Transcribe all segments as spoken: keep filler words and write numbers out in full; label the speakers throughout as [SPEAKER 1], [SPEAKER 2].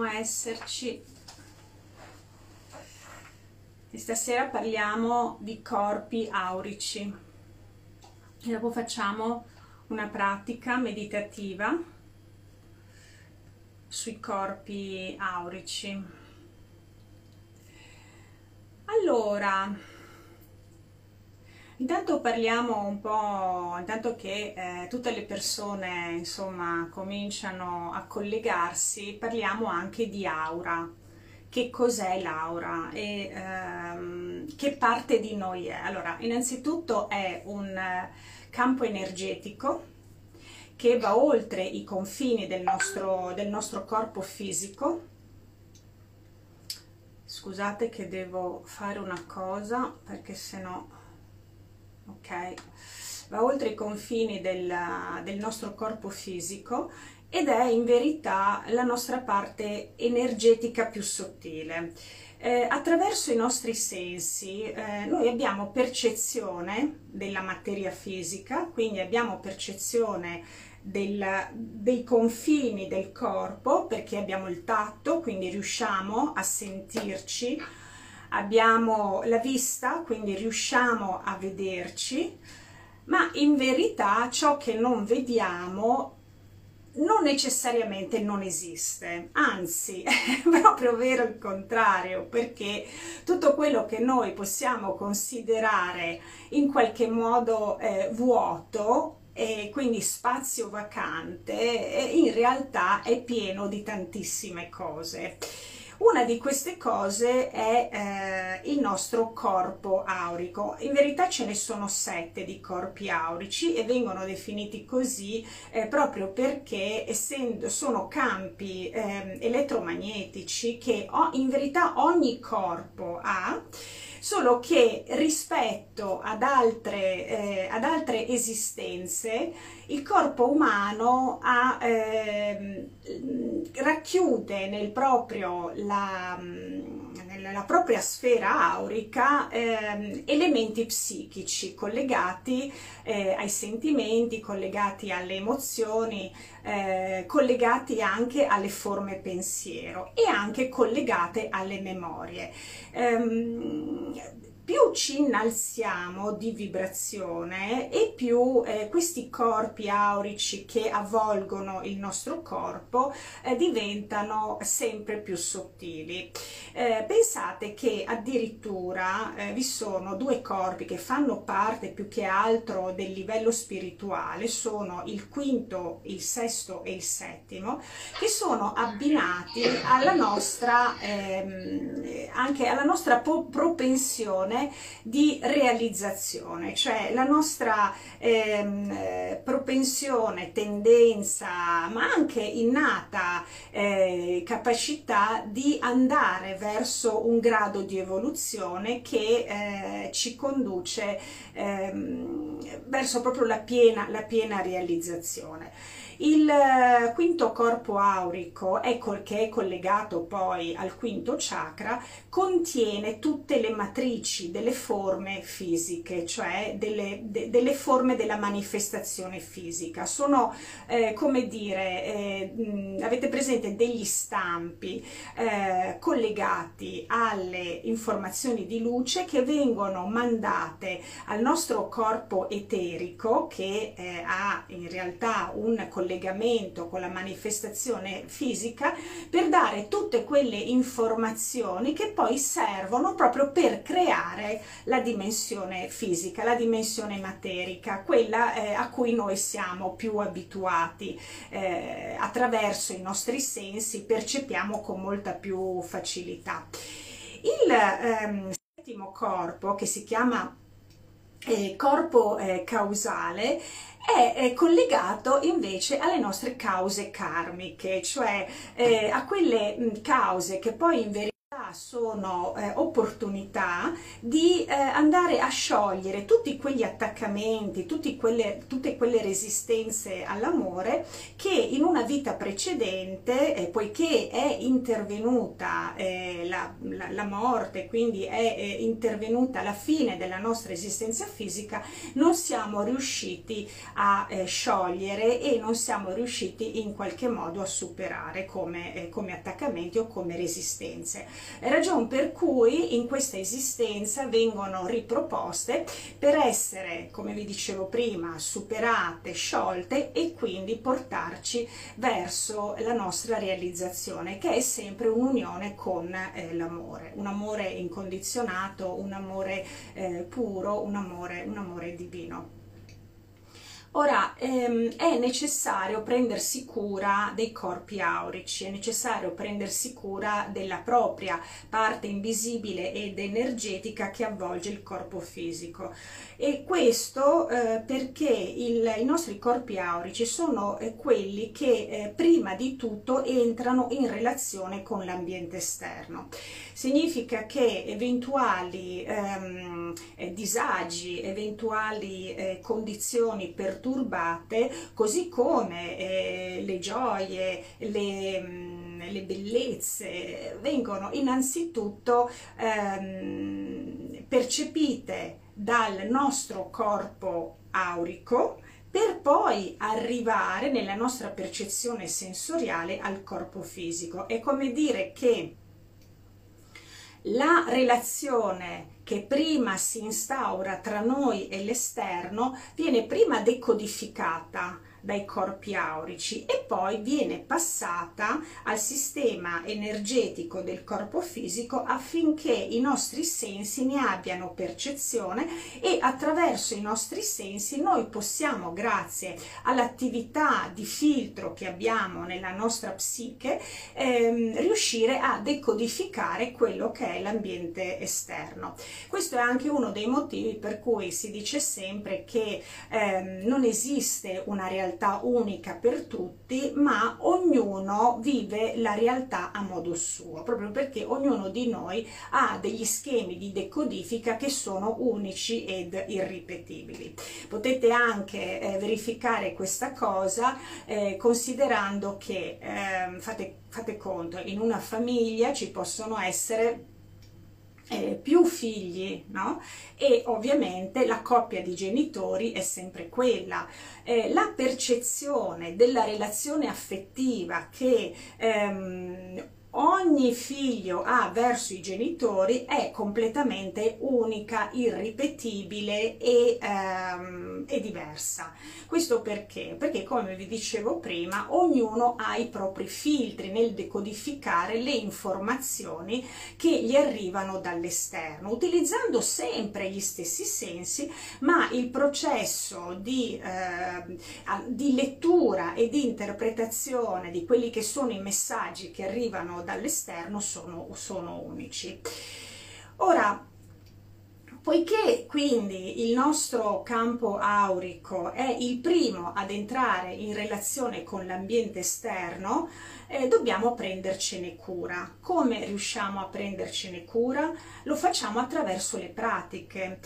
[SPEAKER 1] a esserci. E stasera parliamo di corpi aurici e dopo facciamo una pratica meditativa sui corpi aurici. Allora, intanto parliamo un po', intanto che eh, tutte le persone insomma cominciano a collegarsi, parliamo anche di aura. Che cos'è l'aura e ehm, che parte di noi è? Allora, innanzitutto è un campo energetico che va oltre i confini del nostro, del nostro corpo fisico. Scusate che devo fare una cosa perché sennò... ok, va oltre i confini del, del nostro corpo fisico ed è in verità la nostra parte energetica più sottile. Eh, attraverso i nostri sensi eh, noi abbiamo percezione della materia fisica, quindi abbiamo percezione del, dei confini del corpo perché abbiamo il tatto, quindi riusciamo a sentirci, abbiamo la vista, quindi riusciamo a vederci, ma in verità ciò che non vediamo non necessariamente non esiste, anzi è proprio vero il contrario, perché tutto quello che noi possiamo considerare in qualche modo eh, vuoto e quindi spazio vacante, eh, in realtà è pieno di tantissime cose. Una di queste cose è eh, il nostro corpo aurico. In verità ce ne sono sette di corpi aurici e vengono definiti così eh, proprio perché essendo sono campi eh, elettromagnetici che ho, in verità ogni corpo ha, solo che rispetto ad altre, eh, ad altre esistenze il corpo umano ha, eh, racchiude nel proprio la, nella propria sfera aurica eh, elementi psichici collegati eh, ai sentimenti, collegati alle emozioni, eh, collegati anche alle forme pensiero e anche collegate alle memorie. Um, più ci innalziamo di vibrazione e più eh, questi corpi aurici che avvolgono il nostro corpo eh, diventano sempre più sottili. Eh, pensate che addirittura eh, vi sono due corpi che fanno parte più che altro del livello spirituale, sono il quinto, il sesto e il settimo, che sono abbinati alla nostra, ehm, anche alla nostra propensione di realizzazione, cioè la nostra ehm, propensione, tendenza, ma anche innata eh, capacità di andare verso un grado di evoluzione che eh, ci conduce ehm, verso proprio la piena, la piena realizzazione. Il quinto corpo aurico, ecco, che è collegato poi al quinto chakra, contiene tutte le matrici delle forme fisiche, cioè delle, de, delle forme della manifestazione fisica. Sono, eh, come dire, eh, mh, avete presente degli stampi eh, collegati alle informazioni di luce che vengono mandate al nostro corpo eterico, che eh, ha in realtà un collegamento collegamento con la manifestazione fisica, per dare tutte quelle informazioni che poi servono proprio per creare la dimensione fisica, la dimensione materica, quella eh, a cui noi siamo più abituati, eh, attraverso i nostri sensi percepiamo con molta più facilità. Il ehm, settimo corpo, che si chiama eh, corpo eh, causale, è, è collegato invece alle nostre cause karmiche, cioè eh, a quelle mh, cause che poi in verità realtà sono eh, opportunità di eh, andare a sciogliere tutti quegli attaccamenti, tutti quelle, tutte quelle resistenze all'amore che in una vita precedente, eh, poiché è intervenuta eh, la, la, la morte, quindi è eh, intervenuta la fine della nostra esistenza fisica, non siamo riusciti a eh, sciogliere e non siamo riusciti in qualche modo a superare come, eh, come attaccamenti o come resistenze. Ragion per cui in questa esistenza vengono riproposte per essere, come vi dicevo prima, superate, sciolte e quindi portarci verso la nostra realizzazione, che è sempre un'unione con eh, l'amore, un amore incondizionato, un amore eh, puro, un amore, un amore divino. Ora, ehm, è necessario prendersi cura dei corpi aurici, è necessario prendersi cura della propria parte invisibile ed energetica che avvolge il corpo fisico, e questo eh, perché il, i nostri corpi aurici sono eh, quelli che eh, prima di tutto entrano in relazione con l'ambiente esterno. Significa che eventuali ehm, eh, disagi, eventuali eh, condizioni perturbate, così come eh, le gioie, le, mh, le bellezze, vengono innanzitutto ehm, percepite dal nostro corpo aurico, per poi arrivare nella nostra percezione sensoriale al corpo fisico. È come dire che la relazione che prima si instaura tra noi e l'esterno viene prima decodificata dai corpi aurici e poi viene passata al sistema energetico del corpo fisico affinché i nostri sensi ne abbiano percezione, e attraverso i nostri sensi noi possiamo, grazie all'attività di filtro che abbiamo nella nostra psiche, ehm, riuscire a decodificare quello che è l'ambiente esterno. Questo è anche uno dei motivi per cui si dice sempre che ehm, non esiste una realtà unica per tutti, ma ognuno vive la realtà a modo suo, proprio perché ognuno di noi ha degli schemi di decodifica che sono unici ed irripetibili. Potete anche eh, verificare questa cosa eh, considerando che eh, fate, fate conto, in una famiglia ci possono essere Eh, più figli, no? E ovviamente la coppia di genitori è sempre quella. Eh, la percezione della relazione affettiva che ehm, ogni figlio ha verso i genitori è completamente unica, irripetibile e, ehm, e diversa. Questo perché? Perché, come vi dicevo prima, ognuno ha i propri filtri nel decodificare le informazioni che gli arrivano dall'esterno, utilizzando sempre gli stessi sensi, ma il processo di, eh, di lettura e di interpretazione di quelli che sono i messaggi che arrivano dall'esterno sono, sono unici. Ora, poiché quindi il nostro campo aurico è il primo ad entrare in relazione con l'ambiente esterno, eh, dobbiamo prendercene cura. Come riusciamo a prendercene cura? Lo facciamo attraverso le pratiche.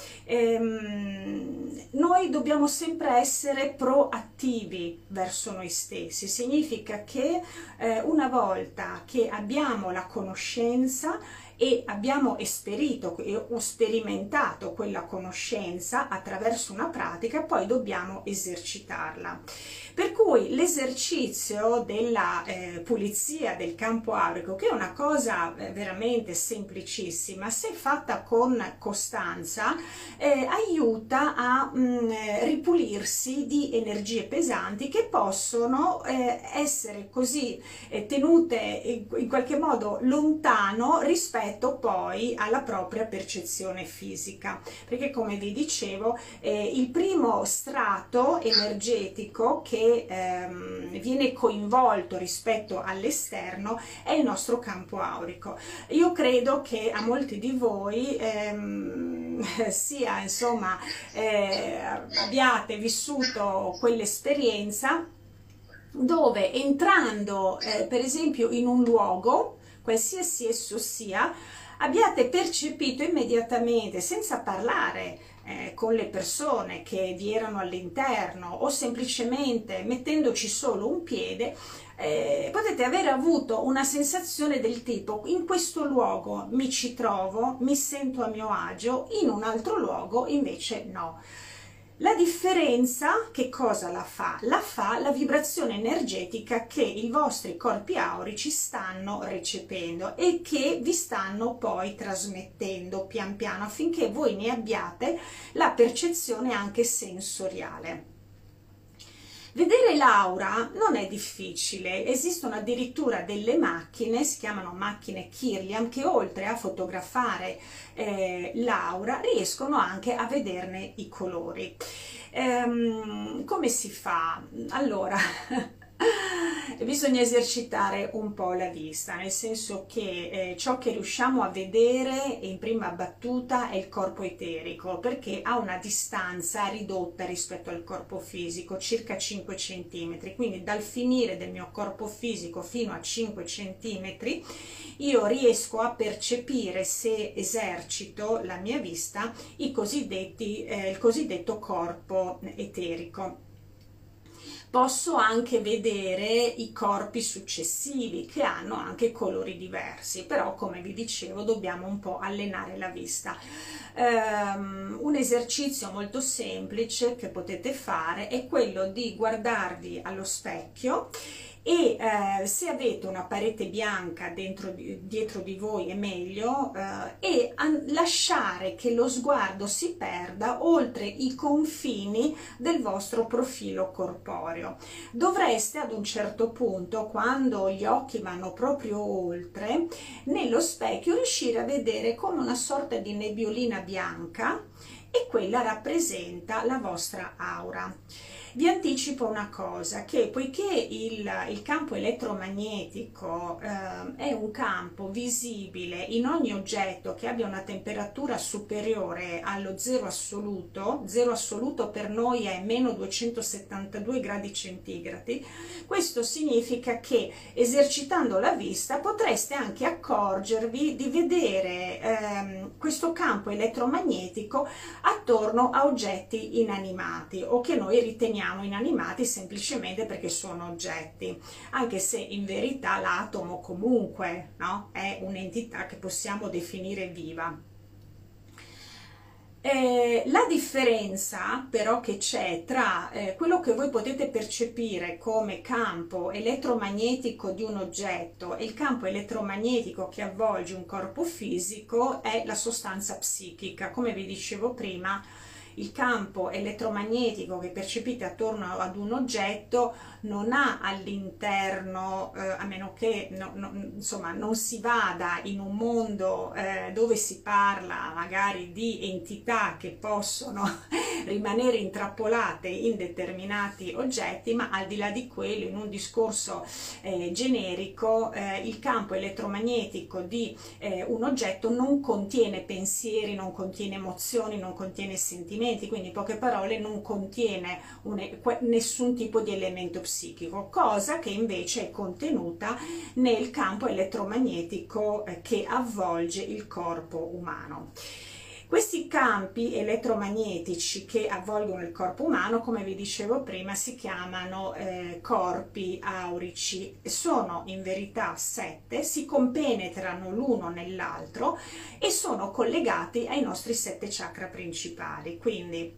[SPEAKER 1] Ehm, noi dobbiamo sempre essere proattivi verso noi stessi. Significa che eh, una volta che abbiamo la conoscenza e abbiamo esperito o sperimentato quella conoscenza attraverso una pratica, poi dobbiamo esercitarla. Per cui l'esercizio della eh, pulizia del campo aurico, che è una cosa eh, veramente semplicissima, se fatta con costanza, eh, aiuta a mh, ripulirsi di energie pesanti che possono eh, essere così eh, tenute in, in qualche modo lontano rispetto poi alla propria percezione fisica, perché, come vi dicevo, eh, il primo strato energetico che ehm, viene coinvolto rispetto all'esterno è il nostro campo aurico. Io credo che a molti di voi ehm, sia insomma eh, abbiate vissuto quell'esperienza dove, entrando eh, per esempio in un luogo, qualsiasi esso sia, abbiate percepito immediatamente, senza parlare eh, con le persone che vi erano all'interno o semplicemente mettendoci solo un piede, eh, potete aver avuto una sensazione del tipo: in questo luogo mi ci trovo, mi sento a mio agio, in un altro luogo invece no. La differenza che cosa la fa? La fa la vibrazione energetica che i vostri corpi aurici stanno recependo e che vi stanno poi trasmettendo pian piano, affinché voi ne abbiate la percezione anche sensoriale. Vedere l'aura non è difficile, esistono addirittura delle macchine, si chiamano macchine Kirlian, che oltre a fotografare eh, l'aura riescono anche a vederne i colori. Ehm, come si fa? Allora, bisogna esercitare un po' la vista, nel senso che eh, ciò che riusciamo a vedere in prima battuta è il corpo eterico, perché ha una distanza ridotta rispetto al corpo fisico, circa cinque centimetri, quindi dal finire del mio corpo fisico fino a cinque centimetri io riesco a percepire, se esercito la mia vista, i cosiddetti, eh, il cosiddetto corpo eterico. Posso anche vedere i corpi successivi che hanno anche colori diversi, però come vi dicevo dobbiamo un po' allenare la vista. Um, un esercizio molto semplice che potete fare è quello di guardarvi allo specchio e eh, se avete una parete bianca dentro di, dietro di voi è meglio, eh, e lasciare che lo sguardo si perda oltre i confini del vostro profilo corporeo. Dovreste ad un certo punto, quando gli occhi vanno proprio oltre, nello specchio riuscire a vedere come una sorta di nebbiolina bianca, e quella rappresenta la vostra aura. Vi anticipo una cosa, che poiché il, il campo elettromagnetico eh, è un campo visibile in ogni oggetto che abbia una temperatura superiore allo zero assoluto, zero assoluto per noi è meno duecentosettantadue gradi centigradi, questo significa che esercitando la vista potreste anche accorgervi di vedere ehm, questo campo elettromagnetico attorno a oggetti inanimati o che noi riteniamo inanimati semplicemente perché sono oggetti, anche se in verità l'atomo comunque, no, è un'entità che possiamo definire viva. Eh, la differenza però che c'è tra eh, quello che voi potete percepire come campo elettromagnetico di un oggetto e il campo elettromagnetico che avvolge un corpo fisico è la sostanza psichica. Come vi dicevo prima, il campo elettromagnetico che percepite attorno ad un oggetto non ha all'interno, eh, a meno che no, no, insomma non si vada in un mondo eh, dove si parla magari di entità che possono rimanere intrappolate in determinati oggetti, ma al di là di quello, in un discorso eh, generico, eh, il campo elettromagnetico di eh, un oggetto non contiene pensieri, non contiene emozioni, non contiene sentimenti, quindi in poche parole non contiene un, nessun tipo di elemento psichico, cosa che invece è contenuta nel campo elettromagnetico eh, che avvolge il corpo umano. Questi campi elettromagnetici che avvolgono il corpo umano, come vi dicevo prima, si chiamano eh, corpi aurici. Sono in verità sette, si compenetrano l'uno nell'altro e sono collegati ai nostri sette chakra principali. Quindi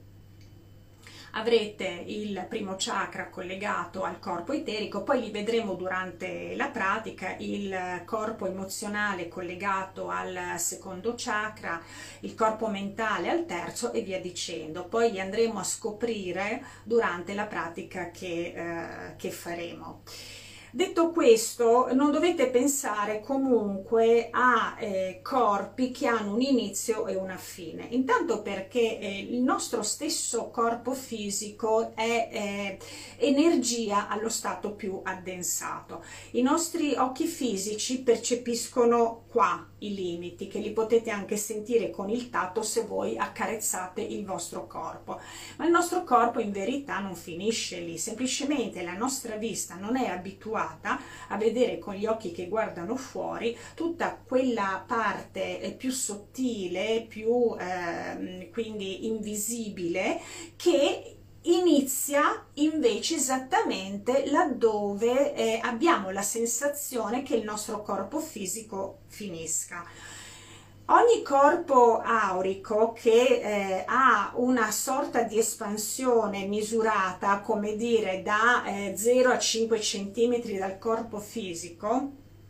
[SPEAKER 1] avrete il primo chakra collegato al corpo eterico, poi li vedremo durante la pratica, il corpo emozionale collegato al secondo chakra, il corpo mentale al terzo e via dicendo. Poi li andremo a scoprire durante la pratica che, eh, che faremo. Detto questo, non dovete pensare comunque a eh, corpi che hanno un inizio e una fine, intanto perché eh, il nostro stesso corpo fisico è eh, energia allo stato più addensato. I nostri occhi fisici percepiscono qua i limiti, che li potete anche sentire con il tatto se voi accarezzate il vostro corpo, ma il nostro corpo in verità non finisce lì, semplicemente la nostra vista non è abituata abituata a vedere con gli occhi che guardano fuori tutta quella parte più sottile, più eh, quindi invisibile, che inizia invece esattamente laddove eh, abbiamo la sensazione che il nostro corpo fisico finisca. Ogni corpo aurico che eh, ha una sorta di espansione misurata, come dire, da eh, zero a cinque centimetri dal corpo fisico,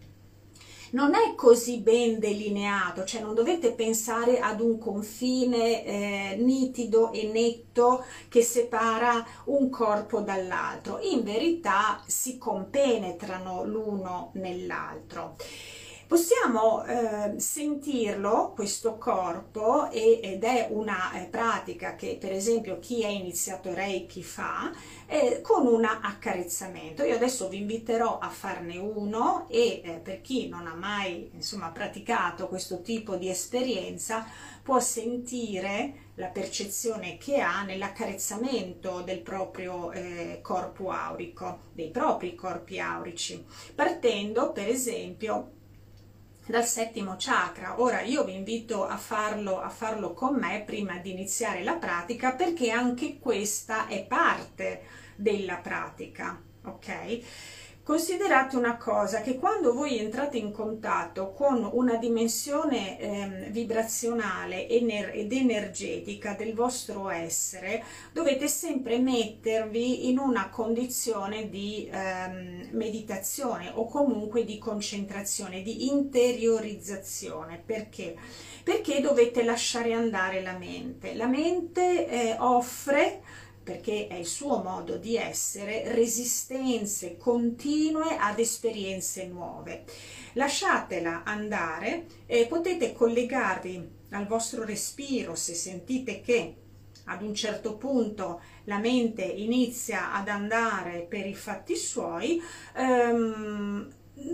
[SPEAKER 1] non è così ben delineato, cioè non dovete pensare ad un confine eh, nitido e netto che separa un corpo dall'altro. In verità si compenetrano l'uno nell'altro. Possiamo eh, sentirlo, questo corpo, e, ed è una eh, pratica che per esempio chi ha iniziato Reiki fa, eh, con un accarezzamento. Io adesso vi inviterò a farne uno e eh, per chi non ha mai insomma praticato questo tipo di esperienza può sentire la percezione che ha nell'accarezzamento del proprio eh, corpo aurico, dei propri corpi aurici, partendo per esempio dal settimo chakra. Ora io vi invito a farlo, a farlo con me prima di iniziare la pratica, perché anche questa è parte della pratica, ok? Considerate una cosa, che quando voi entrate in contatto con una dimensione eh, vibrazionale ener ed energetica del vostro essere, dovete sempre mettervi in una condizione di ehm, meditazione o comunque di concentrazione, di interiorizzazione. Perché? Perché dovete lasciare andare la mente. La mente eh, offre, perché è il suo modo di essere, resistenze continue ad esperienze nuove. Lasciatela andare e potete collegarvi al vostro respiro se sentite che ad un certo punto la mente inizia ad andare per i fatti suoi. ehm,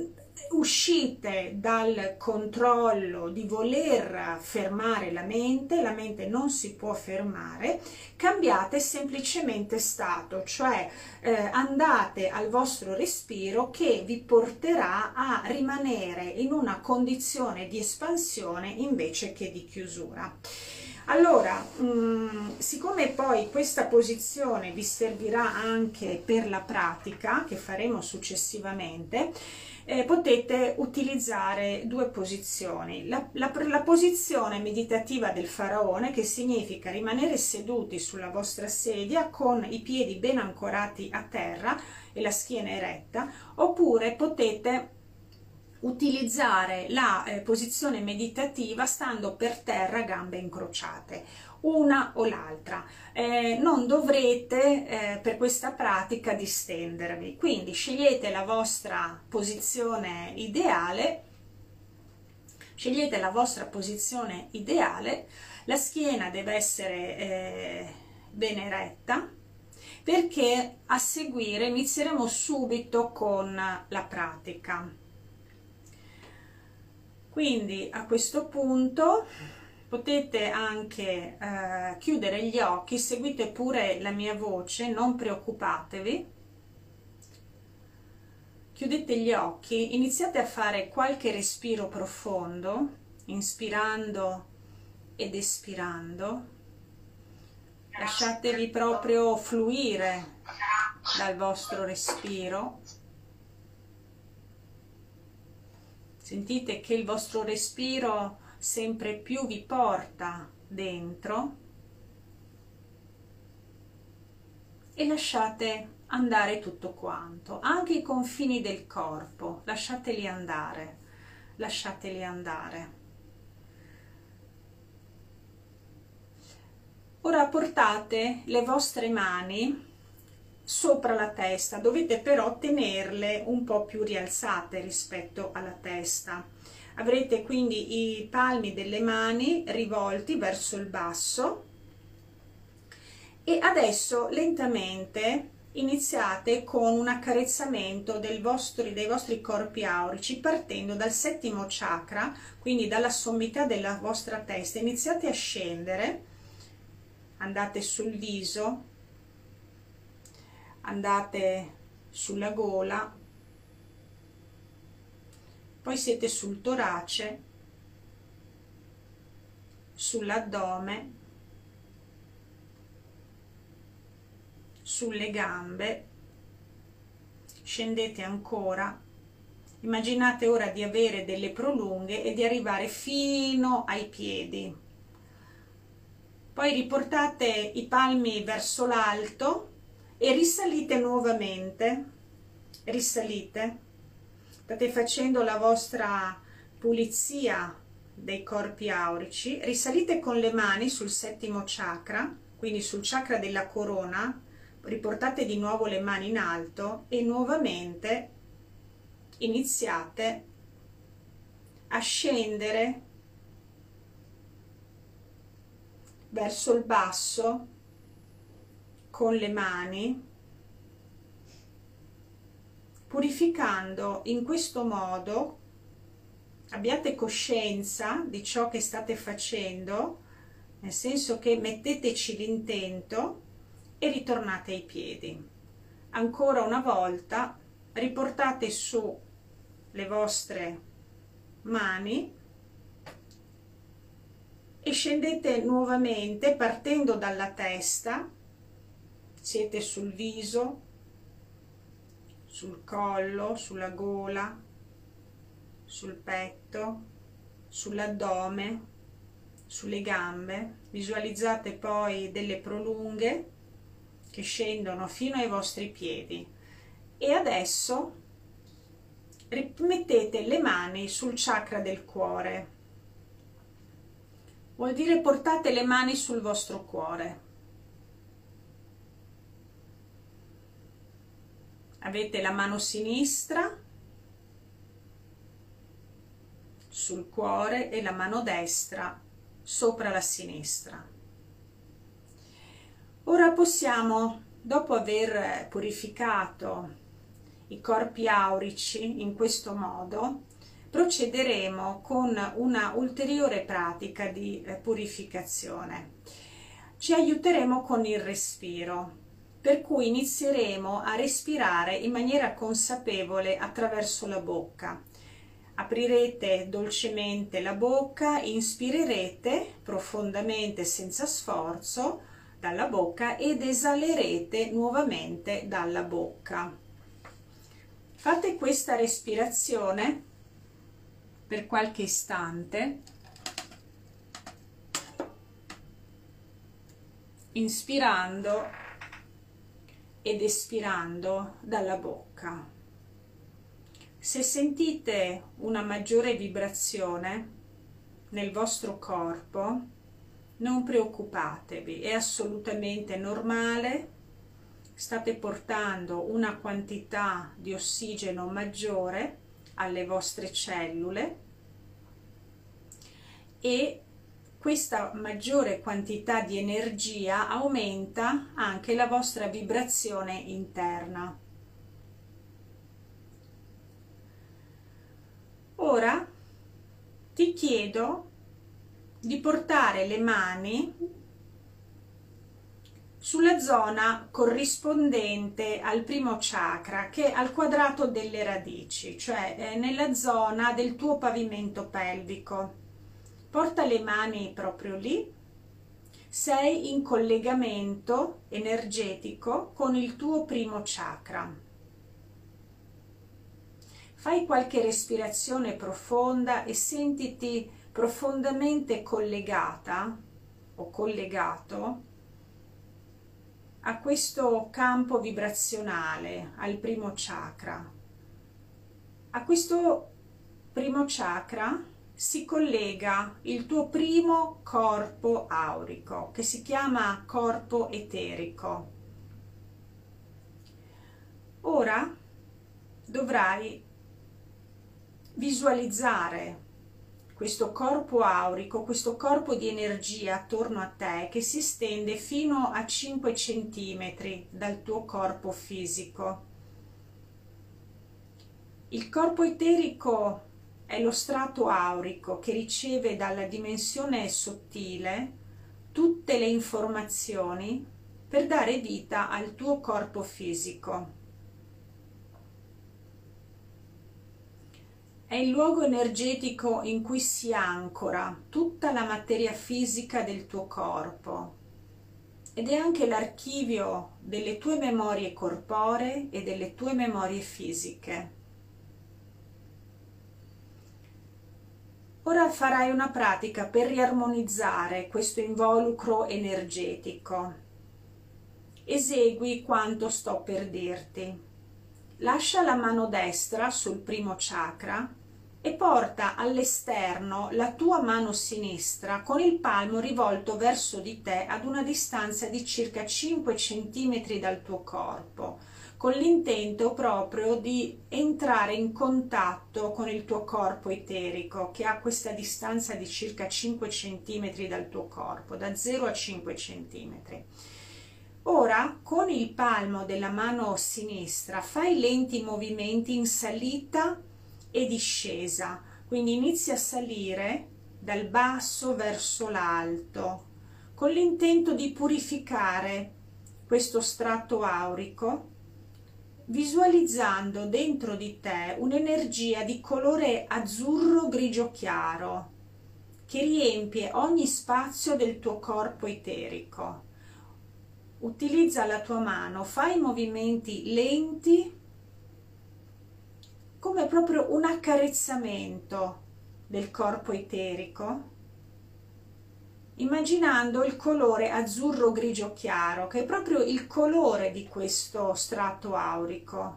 [SPEAKER 1] Uscite dal controllo di voler fermare la mente, la mente non si può fermare, cambiate semplicemente stato, cioè eh, andate al vostro respiro che vi porterà a rimanere in una condizione di espansione invece che di chiusura. Allora, mh, siccome poi questa posizione vi servirà anche per la pratica che faremo successivamente, eh, potete utilizzare due posizioni. La, la, la posizione meditativa del faraone, che significa rimanere seduti sulla vostra sedia con i piedi ben ancorati a terra e la schiena eretta, oppure potete utilizzare la eh, posizione meditativa stando per terra, gambe incrociate, una o l'altra. Eh, non dovrete eh, per questa pratica distendervi, quindi scegliete la vostra posizione ideale, scegliete la vostra posizione ideale, la schiena deve essere eh, ben eretta, perché a seguire inizieremo subito con la pratica. Quindi a questo punto potete anche eh, chiudere gli occhi, seguite pure la mia voce, non preoccupatevi. Chiudete gli occhi, iniziate a fare qualche respiro profondo, inspirando ed espirando. Lasciatevi proprio fluire dal vostro respiro. Sentite che il vostro respiro sempre più vi porta dentro e lasciate andare tutto quanto, anche i confini del corpo, lasciateli andare, lasciateli andare. Ora portate le vostre mani sopra la testa, dovete però tenerle un po' più rialzate rispetto alla testa. Avrete quindi i palmi delle mani rivolti verso il basso e adesso lentamente iniziate con un accarezzamento del vostro, dei vostri corpi aurici, partendo dal settimo chakra, quindi dalla sommità della vostra testa. Iniziate a scendere, andate sul viso, andate sulla gola, poi siete sul torace, sull'addome, sulle gambe, scendete ancora, immaginate ora di avere delle prolunghe e di arrivare fino ai piedi, poi riportate i palmi verso l'alto e risalite nuovamente, risalite, state facendo la vostra pulizia dei corpi aurici, risalite con le mani sul settimo chakra, quindi sul chakra della corona, riportate di nuovo le mani in alto e nuovamente iniziate a scendere verso il basso con le mani, purificando in questo modo. Abbiate coscienza di ciò che state facendo, nel senso che metteteci l'intento e ritornate ai piedi. Ancora una volta riportate su le vostre mani e scendete nuovamente partendo dalla testa, siete sul viso, sul collo, sulla gola, sul petto, sull'addome, sulle gambe. Visualizzate poi delle prolunghe che scendono fino ai vostri piedi e adesso mettete le mani sul chakra del cuore, vuol dire portate le mani sul vostro cuore. Avete la mano sinistra sul cuore e la mano destra sopra la sinistra. Ora possiamo, dopo aver purificato i corpi aurici in questo modo, procederemo con una ulteriore pratica di purificazione. Ci aiuteremo con il respiro, per cui inizieremo a respirare in maniera consapevole attraverso la bocca. Aprirete dolcemente la bocca, inspirerete profondamente senza sforzo dalla bocca ed esalerete nuovamente dalla bocca. Fate questa respirazione per qualche istante, inspirando ed espirando dalla bocca. Se sentite una maggiore vibrazione nel vostro corpo, non preoccupatevi, è assolutamente normale. State portando una quantità di ossigeno maggiore alle vostre cellule e questa maggiore quantità di energia aumenta anche la vostra vibrazione interna. Ora ti chiedo di portare le mani sulla zona corrispondente al primo chakra, che è al quadrato delle radici, cioè nella zona del tuo pavimento pelvico. Porta le mani proprio lì, sei in collegamento energetico con il tuo primo chakra. Fai qualche respirazione profonda e sentiti profondamente collegata o collegato a questo campo vibrazionale, al primo chakra. A questo primo chakra si collega il tuo primo corpo aurico, che si chiama corpo eterico. Ora dovrai visualizzare questo corpo aurico, questo corpo di energia attorno a te che si estende fino a cinque centimetri dal tuo corpo fisico. Il corpo eterico è lo strato aurico che riceve dalla dimensione sottile tutte le informazioni per dare vita al tuo corpo fisico. è il luogo energetico in cui si ancora tutta la materia fisica del tuo corpo ed è anche l'archivio delle tue memorie corporee e delle tue memorie fisiche. Ora farai una pratica per riarmonizzare questo involucro energetico. Esegui quanto sto per dirti. Lascia la mano destra sul primo chakra e porta all'esterno la tua mano sinistra con il palmo rivolto verso di te ad una distanza di circa cinque centimetri dal tuo corpo, con l'intento proprio di entrare in contatto con il tuo corpo eterico, che ha questa distanza di circa cinque centimetri dal tuo corpo, da zero a cinque centimetri. Ora, con il palmo della mano sinistra, fai lenti movimenti in salita e discesa, quindi inizia a salire dal basso verso l'alto, con l'intento di purificare questo strato aurico, visualizzando dentro di te un'energia di colore azzurro grigio chiaro che riempie ogni spazio del tuo corpo eterico. Utilizza la tua mano, fai movimenti lenti come proprio un accarezzamento del corpo eterico, immaginando il colore azzurro grigio chiaro, che è proprio il colore di questo strato aurico.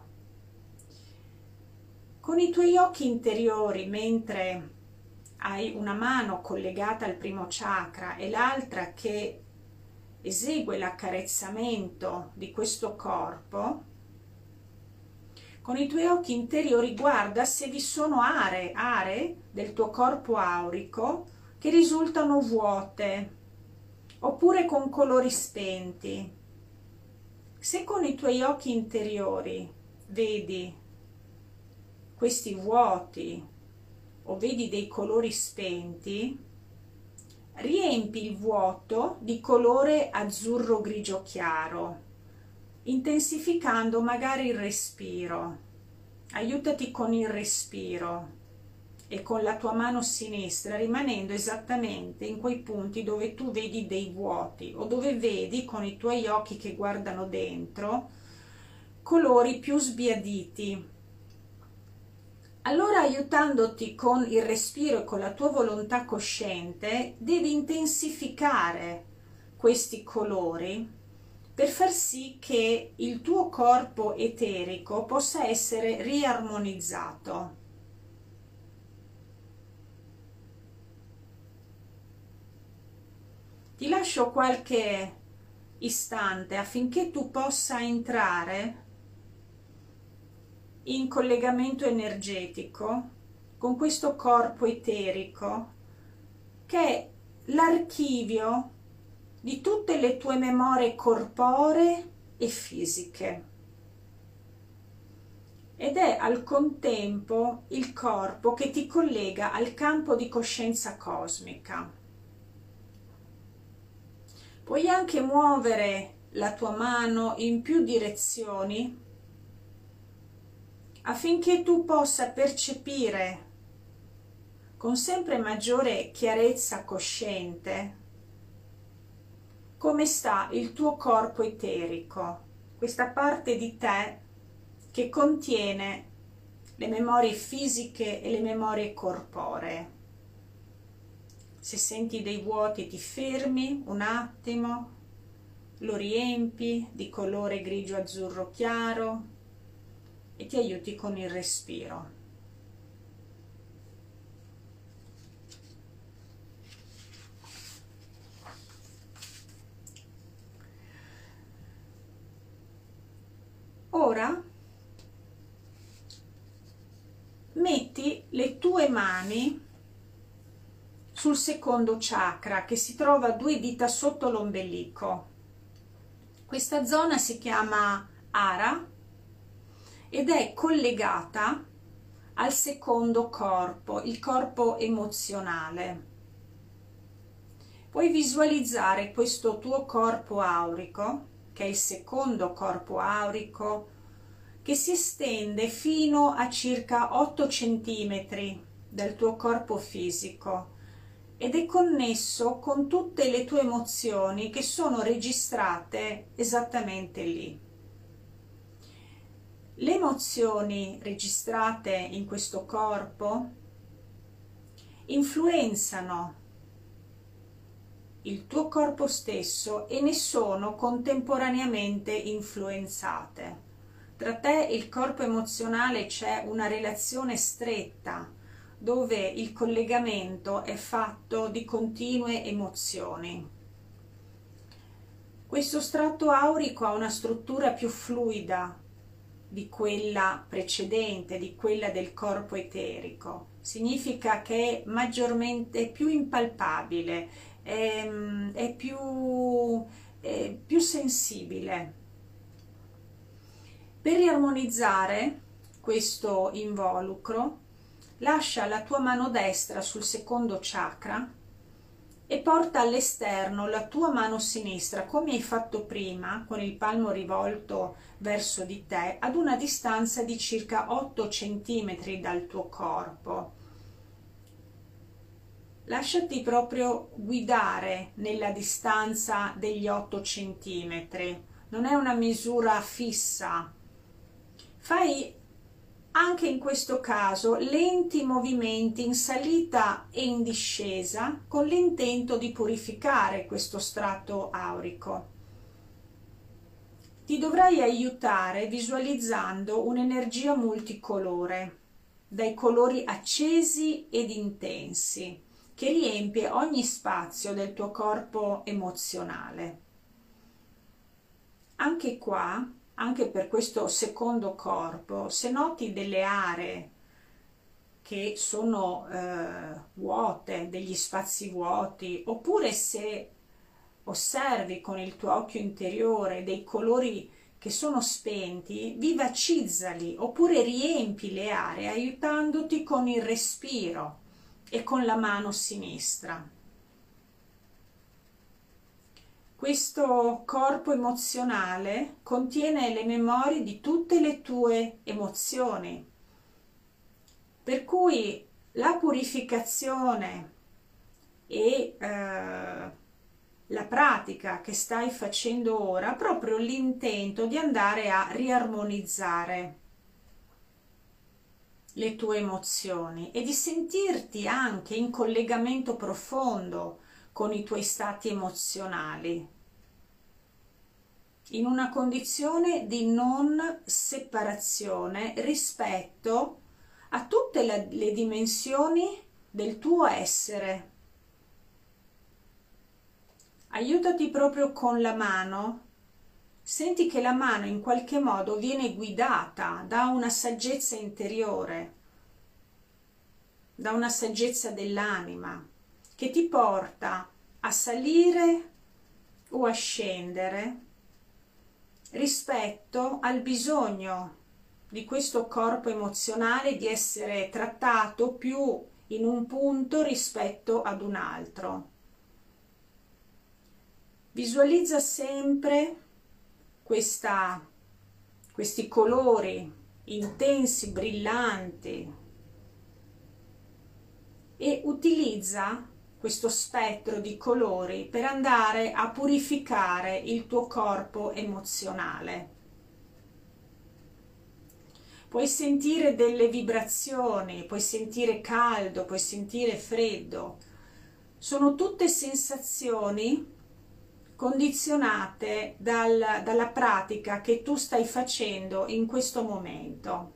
[SPEAKER 1] Con i tuoi occhi interiori, mentre hai una mano collegata al primo chakra e l'altra che esegue l'accarezzamento di questo corpo, con i tuoi occhi interiori guarda se vi sono aree, aree del tuo corpo aurico che risultano vuote oppure con colori spenti. Se con i tuoi occhi interiori vedi questi vuoti o vedi dei colori spenti, riempi il vuoto di colore azzurro grigio chiaro, intensificando magari il respiro. Aiutati con il respiro e con la tua mano sinistra, rimanendo esattamente in quei punti dove tu vedi dei vuoti o dove vedi con i tuoi occhi che guardano dentro colori più sbiaditi. Allora, aiutandoti con il respiro e con la tua volontà cosciente, devi intensificare questi colori per far sì che il tuo corpo eterico possa essere riarmonizzato. Ti lascio qualche istante affinché tu possa entrare in collegamento energetico con questo corpo eterico che è l'archivio di tutte le tue memorie corporee e fisiche ed è al contempo il corpo che ti collega al campo di coscienza cosmica. Puoi anche muovere la tua mano in più direzioni affinché tu possa percepire con sempre maggiore chiarezza cosciente come sta il tuo corpo eterico, questa parte di te che contiene le memorie fisiche e le memorie corporee. Se senti dei vuoti ti fermi un attimo, lo riempi di colore grigio azzurro chiaro e ti aiuti con il respiro. Ora metti le tue mani sul secondo chakra che si trova due dita sotto l'ombelico. Questa zona si chiama Ara ed è collegata al secondo corpo, il corpo emozionale. Puoi visualizzare questo tuo corpo aurico, che è il secondo corpo aurico, che si estende fino a circa otto centimetri dal tuo corpo fisico ed è connesso con tutte le tue emozioni che sono registrate esattamente lì. Le emozioni registrate in questo corpo influenzano il tuo corpo stesso e ne sono contemporaneamente influenzate. Tra te e il corpo emozionale c'è una relazione stretta, dove il collegamento è fatto di continue emozioni. Questo strato aurico ha una struttura più fluida di quella precedente, di quella del corpo eterico. Significa che è maggiormente più impalpabile, è, è, più, è più sensibile. Per riarmonizzare questo involucro, lascia la tua mano destra sul secondo chakra e porta all'esterno la tua mano sinistra, come hai fatto prima, con il palmo rivolto verso di te, ad una distanza di circa otto centimetri dal tuo corpo. Lasciati proprio guidare nella distanza degli otto centimetri, non è una misura fissa. Fai anche in questo caso lenti movimenti in salita e in discesa con l'intento di purificare questo strato aurico. Ti dovrai aiutare visualizzando un'energia multicolore, dai colori accesi ed intensi, che riempie ogni spazio del tuo corpo emozionale. Anche qua, anche per questo secondo corpo, se noti delle aree che sono eh, vuote, degli spazi vuoti, oppure se osservi con il tuo occhio interiore dei colori che sono spenti, vivacizzali oppure riempi le aree aiutandoti con il respiro e con la mano sinistra. Questo corpo emozionale contiene le memorie di tutte le tue emozioni, per cui la purificazione e eh, la pratica che stai facendo ora ha proprio l'intento di andare a riarmonizzare le tue emozioni e di sentirti anche in collegamento profondo con i tuoi stati emozionali, in una condizione di non separazione rispetto a tutte le, le dimensioni del tuo essere. Aiutati proprio con la mano, senti che la mano in qualche modo viene guidata da una saggezza interiore, da una saggezza dell'anima, che ti porta a salire o a scendere rispetto al bisogno di questo corpo emozionale di essere trattato più in un punto rispetto ad un altro. Visualizza sempre questa, questi colori intensi, brillanti, e utilizza questo spettro di colori per andare a purificare il tuo corpo emozionale. Puoi sentire delle vibrazioni, puoi sentire caldo, puoi sentire freddo. Sono tutte sensazioni condizionate dal, dalla pratica che tu stai facendo in questo momento.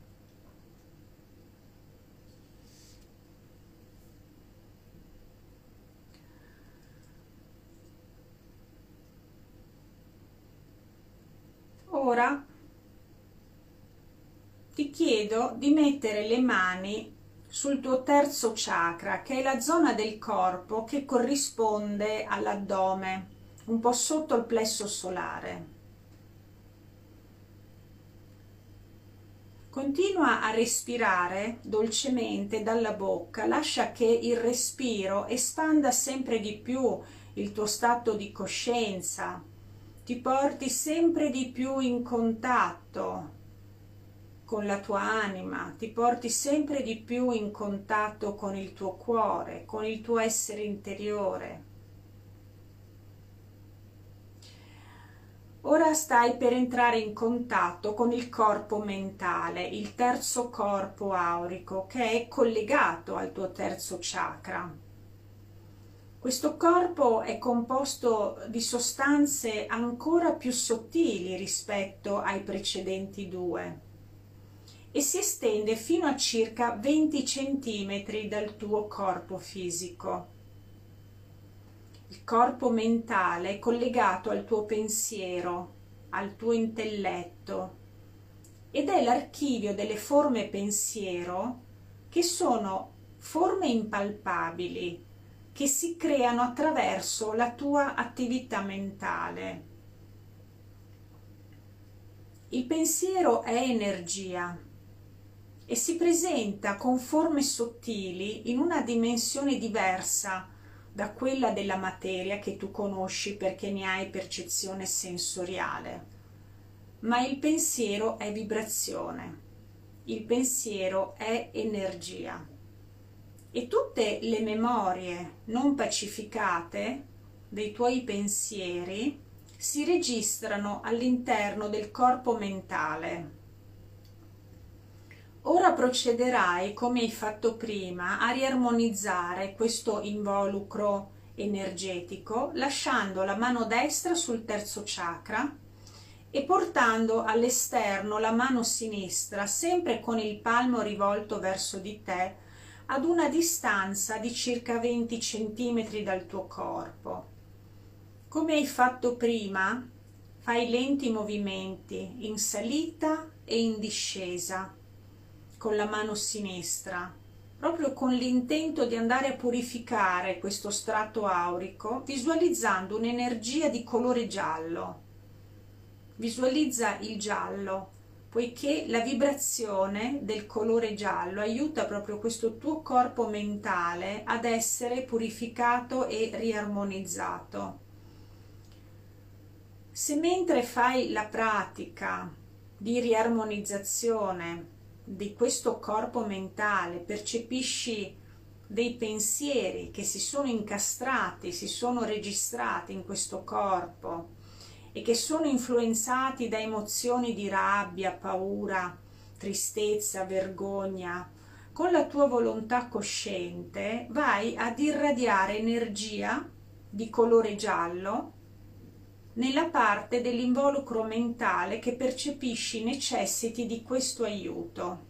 [SPEAKER 1] Ora ti chiedo di mettere le mani sul tuo terzo chakra, che è la zona del corpo che corrisponde all'addome, un po' sotto il plesso solare. Continua a respirare dolcemente dalla bocca, lascia che il respiro espanda sempre di più il tuo stato di coscienza, ti porti sempre di più in contatto con la tua anima, ti porti sempre di più in contatto con il tuo cuore, con il tuo essere interiore. Ora stai per entrare in contatto con il corpo mentale, il terzo corpo aurico, che è collegato al tuo terzo chakra. Questo corpo è composto di sostanze ancora più sottili rispetto ai precedenti due e si estende fino a circa venti centimetri dal tuo corpo fisico. Il corpo mentale è collegato al tuo pensiero, al tuo intelletto, ed è l'archivio delle forme pensiero che sono forme impalpabili che si creano attraverso la tua attività mentale. Il pensiero è energia e si presenta con forme sottili in una dimensione diversa da quella della materia che tu conosci perché ne hai percezione sensoriale. Ma il pensiero è vibrazione, il pensiero è energia. E tutte le memorie non pacificate dei tuoi pensieri si registrano all'interno del corpo mentale. Ora procederai, come hai fatto prima, a riarmonizzare questo involucro energetico lasciando la mano destra sul terzo chakra e portando all'esterno la mano sinistra, sempre con il palmo rivolto verso di te, ad una distanza di circa venti centimetri dal tuo corpo. Come hai fatto prima, fai lenti movimenti in salita e in discesa con la mano sinistra, proprio con l'intento di andare a purificare questo strato aurico, visualizzando un'energia di colore giallo. Visualizza il giallo, poiché la vibrazione del colore giallo aiuta proprio questo tuo corpo mentale ad essere purificato e riarmonizzato. Se mentre fai la pratica di riarmonizzazione di questo corpo mentale percepisci dei pensieri che si sono incastrati, si sono registrati in questo corpo e che sono influenzati da emozioni di rabbia, paura, tristezza, vergogna, con la tua volontà cosciente vai ad irradiare energia di colore giallo nella parte dell'involucro mentale che percepisci necessiti di questo aiuto.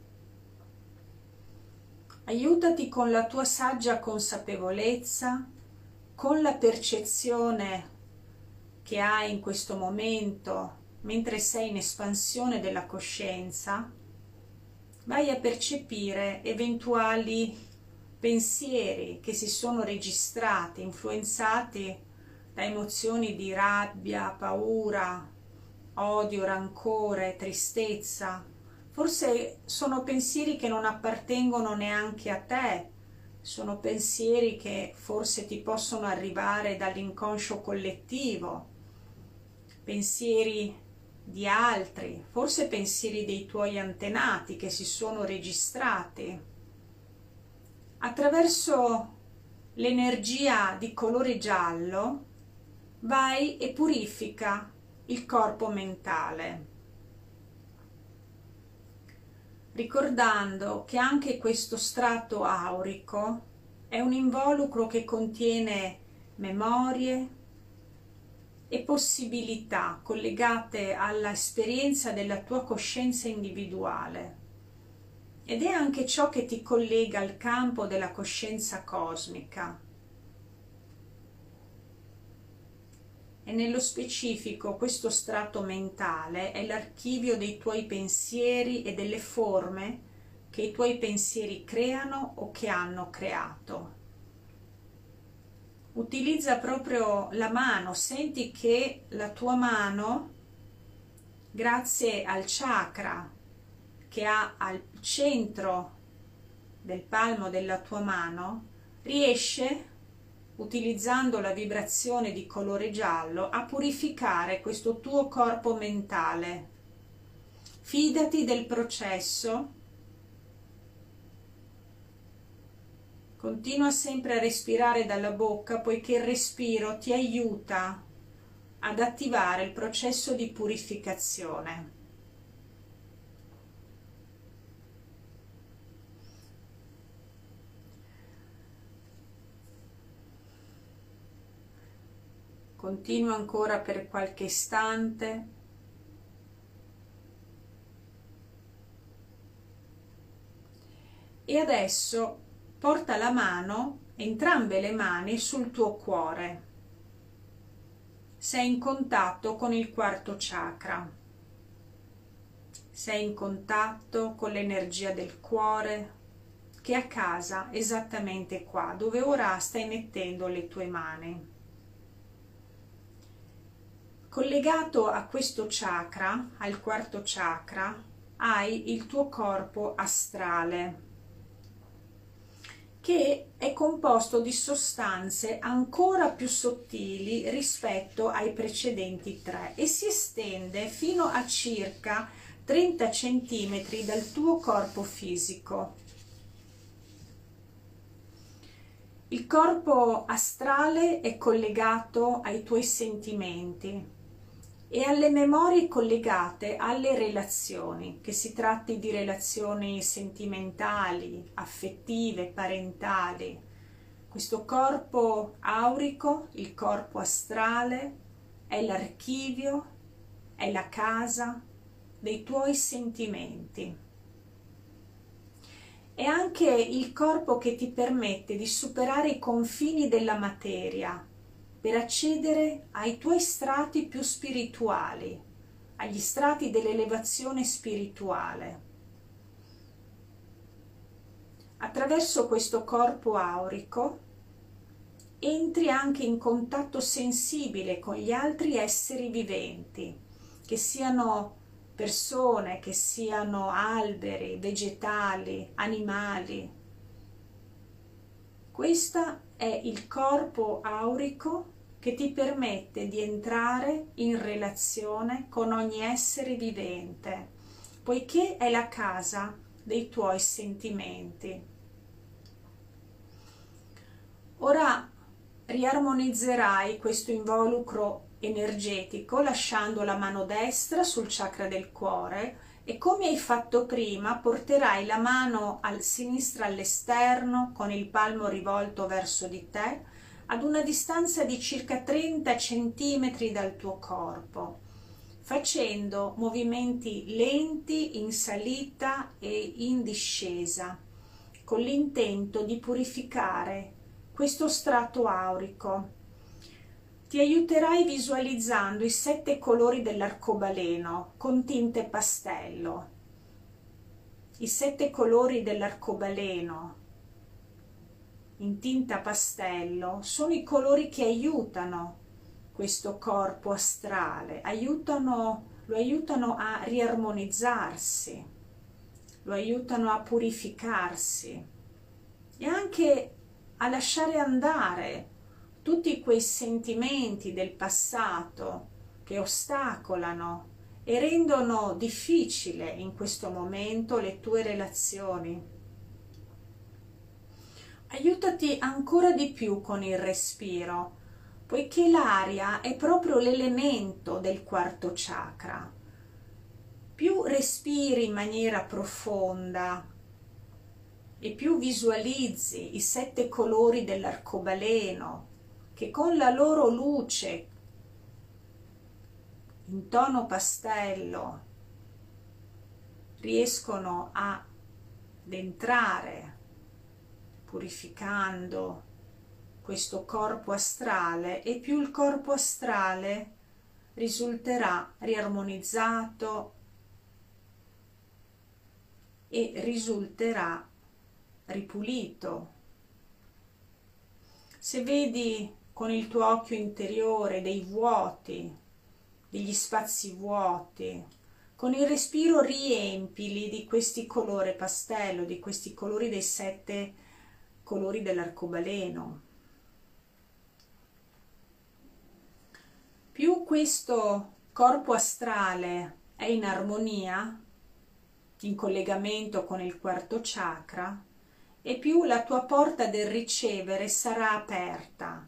[SPEAKER 1] Aiutati con la tua saggia consapevolezza, con la percezione che hai in questo momento, mentre sei in espansione della coscienza, vai a percepire eventuali pensieri che si sono registrati, influenzati da emozioni di rabbia, paura, odio, rancore, tristezza. Forse sono pensieri che non appartengono neanche a te, sono pensieri che forse ti possono arrivare dall'inconscio collettivo, pensieri di altri, forse pensieri dei tuoi antenati che si sono registrati. Attraverso l'energia di colore giallo vai e purifica il corpo mentale, ricordando che anche questo strato aurico è un involucro che contiene memorie e possibilità collegate all'esperienza della tua coscienza individuale ed è anche ciò che ti collega al campo della coscienza cosmica. E nello specifico questo strato mentale è l'archivio dei tuoi pensieri e delle forme che i tuoi pensieri creano o che hanno creato. Utilizza proprio la mano, senti che la tua mano, grazie al chakra che ha al centro del palmo della tua mano, riesce, utilizzando la vibrazione di colore giallo, a purificare questo tuo corpo mentale Fidati del processo. Continua sempre a respirare dalla bocca, poiché il respiro ti aiuta ad attivare il processo di purificazione. Continua ancora per qualche istante. E adesso porta la mano, entrambe le mani, sul tuo cuore. Sei in contatto con il quarto chakra. Sei in contatto con l'energia del cuore che è a casa esattamente qua, dove ora stai mettendo le tue mani. Collegato a questo chakra, al quarto chakra, hai il tuo corpo astrale, che è composto di sostanze ancora più sottili rispetto ai precedenti tre e si estende fino a circa trenta centimetri dal tuo corpo fisico. Il corpo astrale è collegato ai tuoi sentimenti e alle memorie collegate alle relazioni, che si tratti di relazioni sentimentali, affettive, parentali. Questo corpo aurico, il corpo astrale, è l'archivio, è la casa dei tuoi sentimenti. È anche il corpo che ti permette di superare i confini della materia per accedere ai tuoi strati più spirituali, agli strati dell'elevazione spirituale. Attraverso questo corpo aurico entri anche in contatto sensibile con gli altri esseri viventi, che siano persone, che siano alberi, vegetali, animali. Questo è il corpo aurico che ti permette di entrare in relazione con ogni essere vivente, poiché è la casa dei tuoi sentimenti. Ora riarmonizzerai questo involucro energetico lasciando la mano destra sul chakra del cuore e, come hai fatto prima, porterai la mano al sinistra all'esterno con il palmo rivolto verso di te ad una distanza di circa trenta centimetri dal tuo corpo, facendo movimenti lenti in salita e in discesa con l'intento di purificare questo strato aurico. Ti aiuterai visualizzando i sette colori dell'arcobaleno con tinte pastello. I sette colori dell'arcobaleno in tinta pastello sono i colori che aiutano questo corpo astrale, aiutano, lo aiutano a riarmonizzarsi, lo aiutano a purificarsi e anche a lasciare andare tutti quei sentimenti del passato che ostacolano e rendono difficile in questo momento le tue relazioni. Aiutati ancora di più con il respiro, poiché l'aria è proprio l'elemento del quarto chakra. Più respiri in maniera profonda e più visualizzi i sette colori dell'arcobaleno che con la loro luce in tono pastello riescono ad entrare purificando questo corpo astrale, e più il corpo astrale risulterà riarmonizzato e risulterà ripulito. Se vedi con il tuo occhio interiore dei vuoti, degli spazi vuoti, con il respiro riempili di questi colori pastello, di questi colori dei sette colori dell'arcobaleno. Più questo corpo astrale è in armonia, in collegamento con il quarto chakra, e più la tua porta del ricevere sarà aperta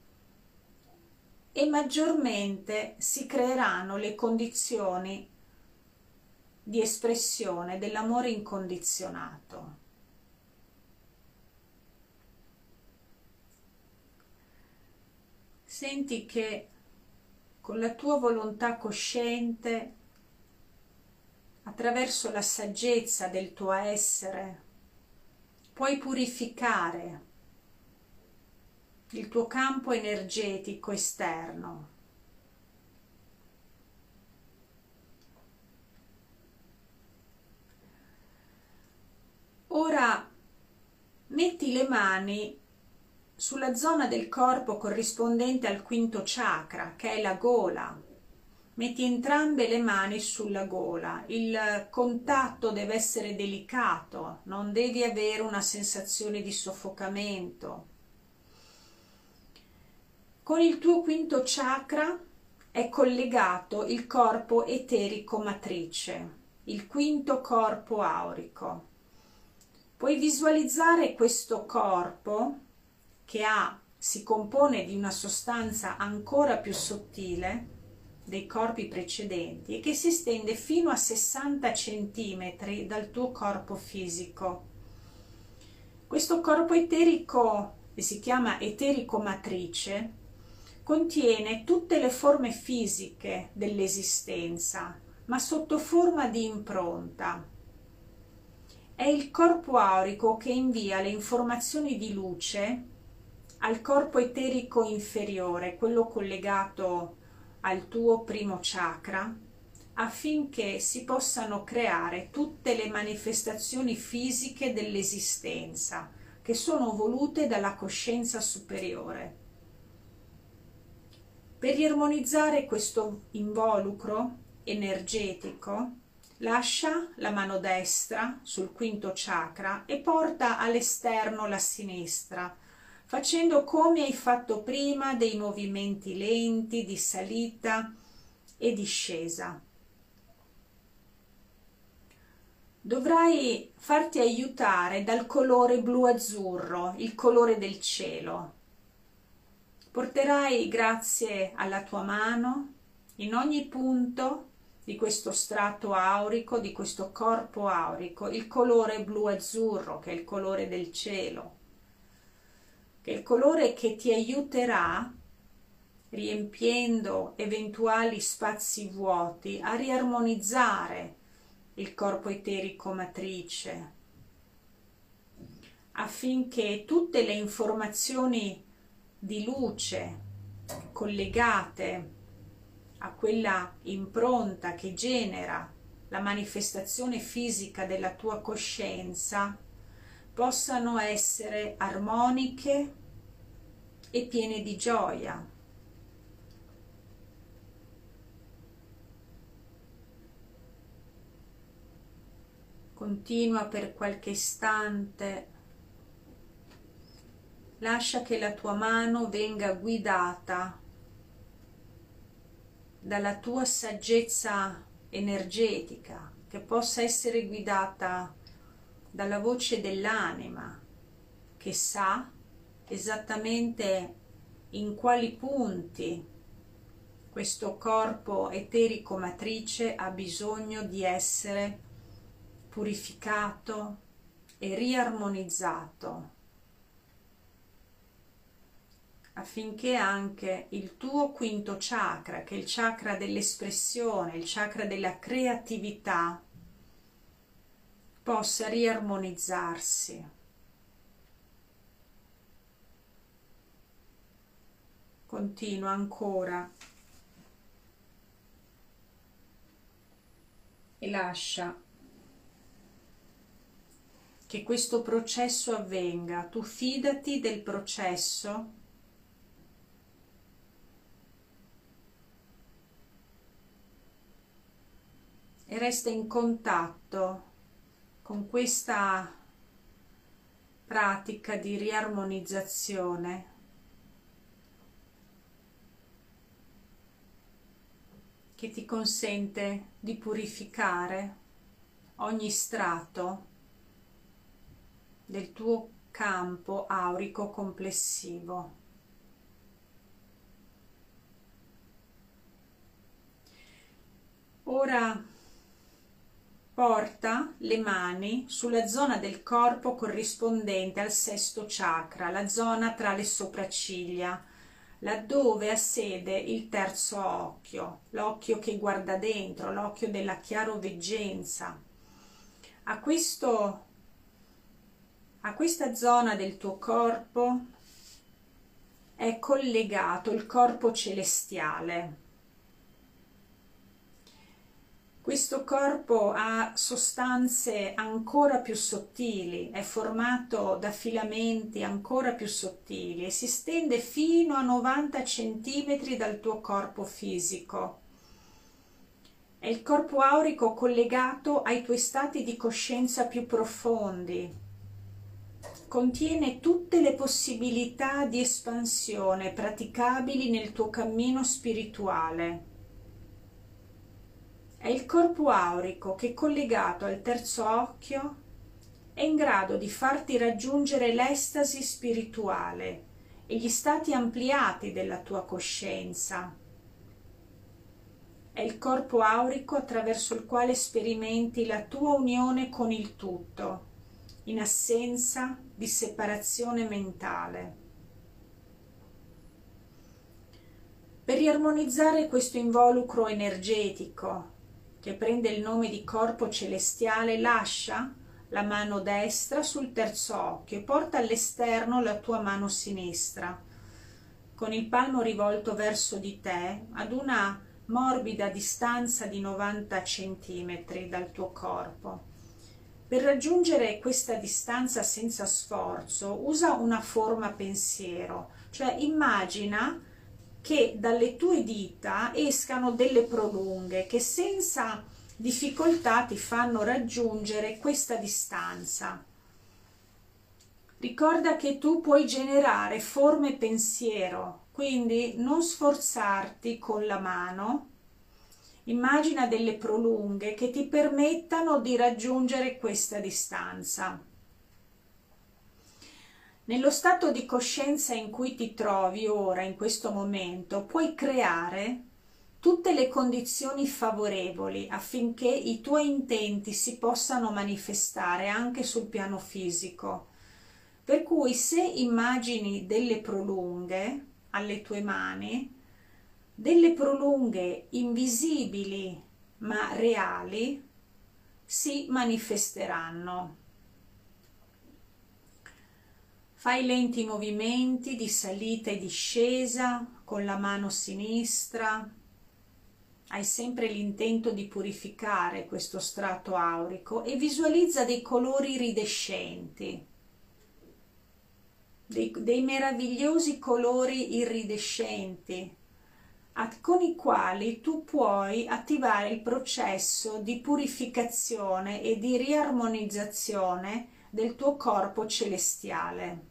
[SPEAKER 1] e maggiormente si creeranno le condizioni di espressione dell'amore incondizionato. Senti che con la tua volontà cosciente, attraverso la saggezza del tuo essere, puoi purificare il tuo campo energetico esterno. Ora metti le mani sulla zona del corpo corrispondente al quinto chakra, che è la gola. Metti entrambe le mani sulla gola. Il contatto deve essere delicato, non devi avere una sensazione di soffocamento. Con il tuo quinto chakra è collegato il corpo eterico matrice, il quinto corpo aurico. Puoi visualizzare questo corpo che ha, si compone di una sostanza ancora più sottile dei corpi precedenti e che si estende fino a sessanta centimetri dal tuo corpo fisico. Questo corpo eterico, che si chiama eterico matrice, contiene tutte le forme fisiche dell'esistenza, ma sotto forma di impronta. È il corpo aurico che invia le informazioni di luce al corpo eterico inferiore, quello collegato al tuo primo chakra, affinché si possano creare tutte le manifestazioni fisiche dell'esistenza che sono volute dalla coscienza superiore. Per riarmonizzare questo involucro energetico, lascia la mano destra sul quinto chakra e porta all'esterno la sinistra, facendo come hai fatto prima dei movimenti lenti di salita e discesa. Dovrai farti aiutare dal colore blu-azzurro, il colore del cielo. Porterai, grazie alla tua mano, in ogni punto di questo strato aurico, di questo corpo aurico, il colore blu-azzurro, che è il colore del cielo, che è il colore che ti aiuterà, riempiendo eventuali spazi vuoti, a riarmonizzare il corpo eterico matrice, affinché tutte le informazioni di luce collegate a quella impronta che genera la manifestazione fisica della tua coscienza possano essere armoniche e piene di gioia. Continua per qualche istante, lascia che la tua mano venga guidata dalla tua saggezza energetica, che possa essere guidata dalla voce dell'anima, che sa esattamente in quali punti questo corpo eterico matrice ha bisogno di essere purificato e riarmonizzato, affinché anche il tuo quinto chakra, che è il chakra dell'espressione, il chakra della creatività, possa riarmonizzarsi. Continua ancora e lascia che questo processo avvenga. Tu fidati del processo e resta in contatto con questa pratica di riarmonizzazione che ti consente di purificare ogni strato del tuo campo aurico complessivo. Ora porta le mani sulla zona del corpo corrispondente al sesto chakra, la zona tra le sopracciglia, laddove ha sede il terzo occhio, l'occhio che guarda dentro, l'occhio della chiaroveggenza. A questo, a questa zona del tuo corpo è collegato il corpo celestiale. Questo corpo ha sostanze ancora più sottili, è formato da filamenti ancora più sottili e si stende fino a novanta centimetri dal tuo corpo fisico. È il corpo aurico collegato ai tuoi stati di coscienza più profondi. Contiene tutte le possibilità di espansione praticabili nel tuo cammino spirituale. È il corpo aurico che, collegato al terzo occhio, è in grado di farti raggiungere l'estasi spirituale e gli stati ampliati della tua coscienza. È il corpo aurico attraverso il quale sperimenti la tua unione con il tutto, in assenza di separazione mentale. Per riarmonizzare questo involucro energetico, che prende il nome di corpo celestiale, lascia la mano destra sul terzo occhio e porta all'esterno la tua mano sinistra, con il palmo rivolto verso di te ad una morbida distanza di novanta centimetri dal tuo corpo. Per raggiungere questa distanza senza sforzo, usa una forma pensiero, cioè immagina che dalle tue dita escano delle prolunghe che senza difficoltà ti fanno raggiungere questa distanza. Ricorda che tu puoi generare forme pensiero, quindi non sforzarti con la mano. Immagina delle prolunghe che ti permettano di raggiungere questa distanza. Nello stato di coscienza in cui ti trovi ora, in questo momento, puoi creare tutte le condizioni favorevoli affinché i tuoi intenti si possano manifestare anche sul piano fisico. Per cui se immagini delle prolunghe alle tue mani, delle prolunghe invisibili ma reali si manifesteranno. Fai lenti movimenti di salita e discesa con la mano sinistra. Hai sempre l'intento di purificare questo strato aurico e visualizza dei colori iridescenti, dei, dei meravigliosi colori iridescenti con i quali tu puoi attivare il processo di purificazione e di riarmonizzazione del tuo corpo celestiale.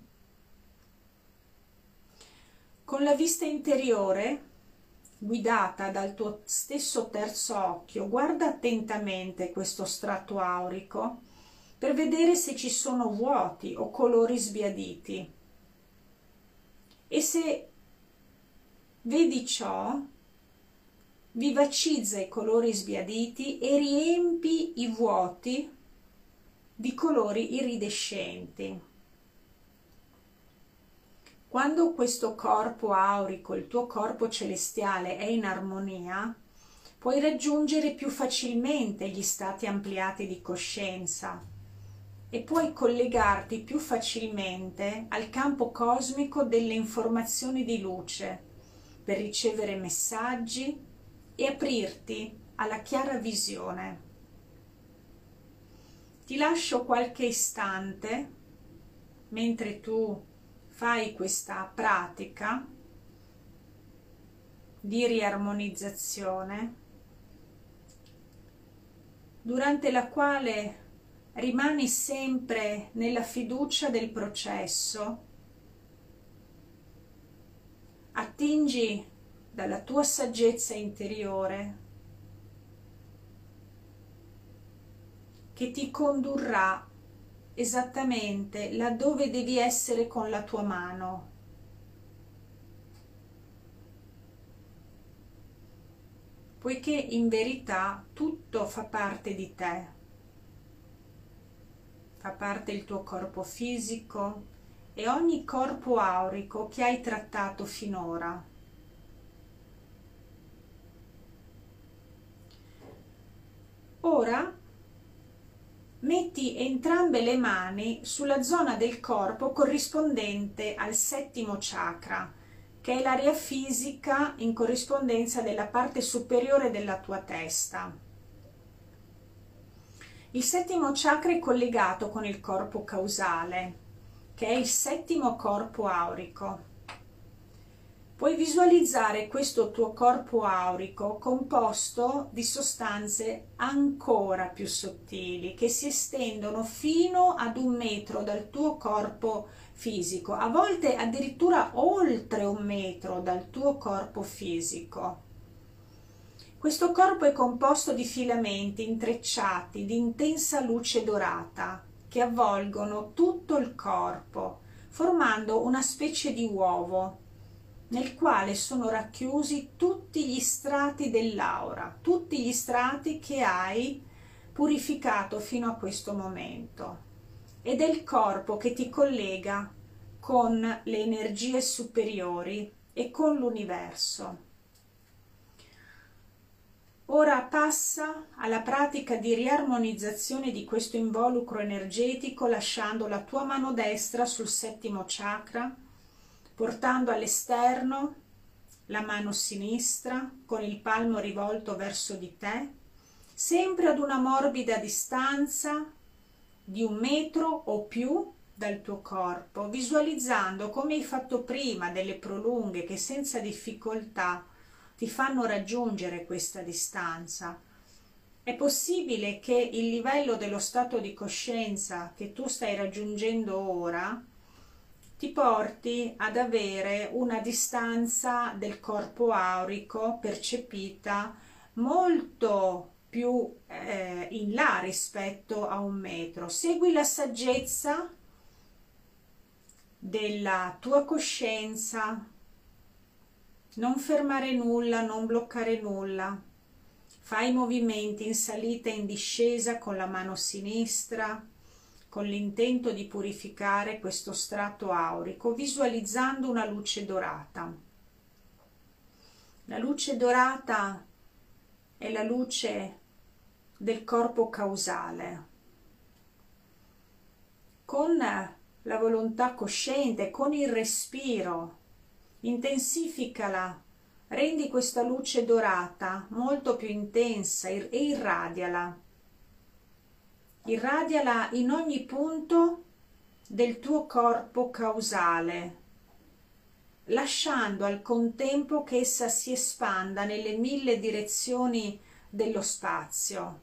[SPEAKER 1] Con la vista interiore, guidata dal tuo stesso terzo occhio, guarda attentamente questo strato aurico per vedere se ci sono vuoti o colori sbiaditi. E se vedi ciò, vivacizza i colori sbiaditi e riempi i vuoti di colori iridescenti. Quando questo corpo aurico, il tuo corpo celestiale, è in armonia, puoi raggiungere più facilmente gli stati ampliati di coscienza e puoi collegarti più facilmente al campo cosmico delle informazioni di luce per ricevere messaggi e aprirti alla chiara visione. Ti lascio qualche istante mentre tu fai questa pratica di riarmonizzazione, durante la quale rimani sempre nella fiducia del processo, attingi dalla tua saggezza interiore che ti condurrà esattamente laddove devi essere con la tua mano. Poiché in verità tutto fa parte di te, fa parte del tuo corpo fisico e ogni corpo aurico che hai trattato finora. Ora metti entrambe le mani sulla zona del corpo corrispondente al settimo chakra, che è l'area fisica in corrispondenza della parte superiore della tua testa. Il settimo chakra è collegato con il corpo causale, che è il settimo corpo aurico. Puoi visualizzare questo tuo corpo aurico composto di sostanze ancora più sottili che si estendono fino ad un metro dal tuo corpo fisico, a volte addirittura oltre un metro dal tuo corpo fisico. Questo corpo è composto di filamenti intrecciati di intensa luce dorata che avvolgono tutto il corpo, formando una specie di uovo nel quale sono racchiusi tutti gli strati dell'aura, tutti gli strati che hai purificato fino a questo momento, ed è il corpo che ti collega con le energie superiori e con l'universo. Ora passa alla pratica di riarmonizzazione di questo involucro energetico, lasciando la tua mano destra sul settimo chakra, portando all'esterno la mano sinistra con il palmo rivolto verso di te, sempre ad una morbida distanza di un metro o più dal tuo corpo, visualizzando come hai fatto prima delle prolunghe che senza difficoltà ti fanno raggiungere questa distanza. È possibile che il livello dello stato di coscienza che tu stai raggiungendo ora ti porti ad avere una distanza del corpo aurico percepita molto più eh, in là rispetto a un metro. Segui la saggezza della tua coscienza, non fermare nulla, non bloccare nulla. Fai movimenti in salita e in discesa con la mano sinistra, con l'intento di purificare questo strato aurico, visualizzando una luce dorata. La luce dorata è la luce del corpo causale. Con la volontà cosciente, con il respiro, intensificala, rendi questa luce dorata molto più intensa e irradiala. Irradiala in ogni punto del tuo corpo causale, lasciando al contempo che essa si espanda nelle mille direzioni dello spazio.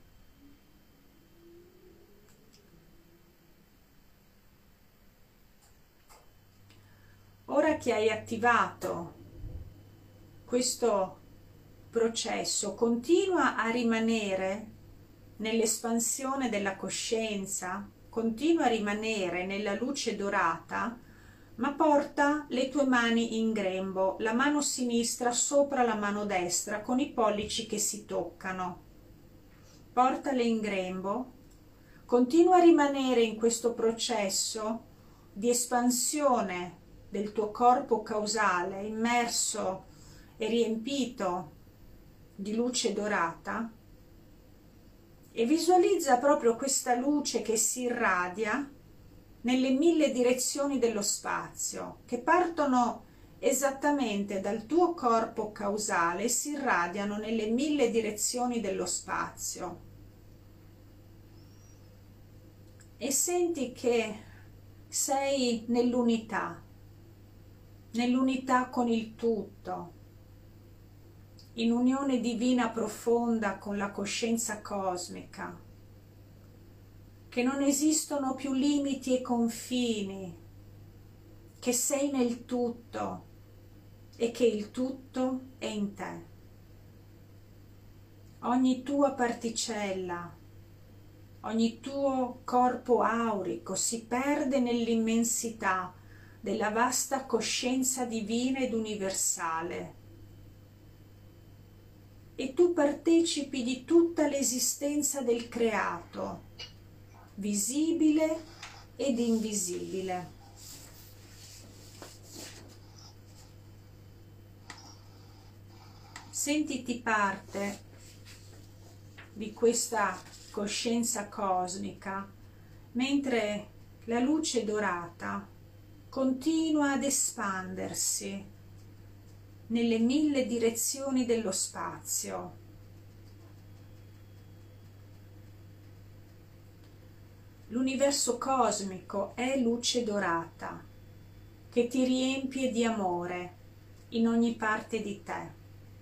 [SPEAKER 1] Ora che hai attivato questo processo, continua a rimanere nell'espansione della coscienza, continua a rimanere nella luce dorata, ma porta le tue mani in grembo, la mano sinistra sopra la mano destra con i pollici che si toccano. Portale in grembo, continua a rimanere in questo processo di espansione del tuo corpo causale, immerso e riempito di luce dorata, e visualizza proprio questa luce che si irradia nelle mille direzioni dello spazio, che partono esattamente dal tuo corpo causale e si irradiano nelle mille direzioni dello spazio. E senti che sei nell'unità, nell'unità con il tutto, in unione divina profonda con la coscienza cosmica, che non esistono più limiti e confini, che sei nel tutto e che il tutto è in te. Ogni tua particella ogni tuo corpo aurico si perde nell'immensità della vasta coscienza divina ed universale e tu partecipi di tutta l'esistenza del creato, visibile ed invisibile. Sentiti parte di questa coscienza cosmica mentre la luce dorata continua ad espandersi nelle mille direzioni dello spazio. L'universo cosmico è luce dorata che ti riempie di amore in ogni parte di te.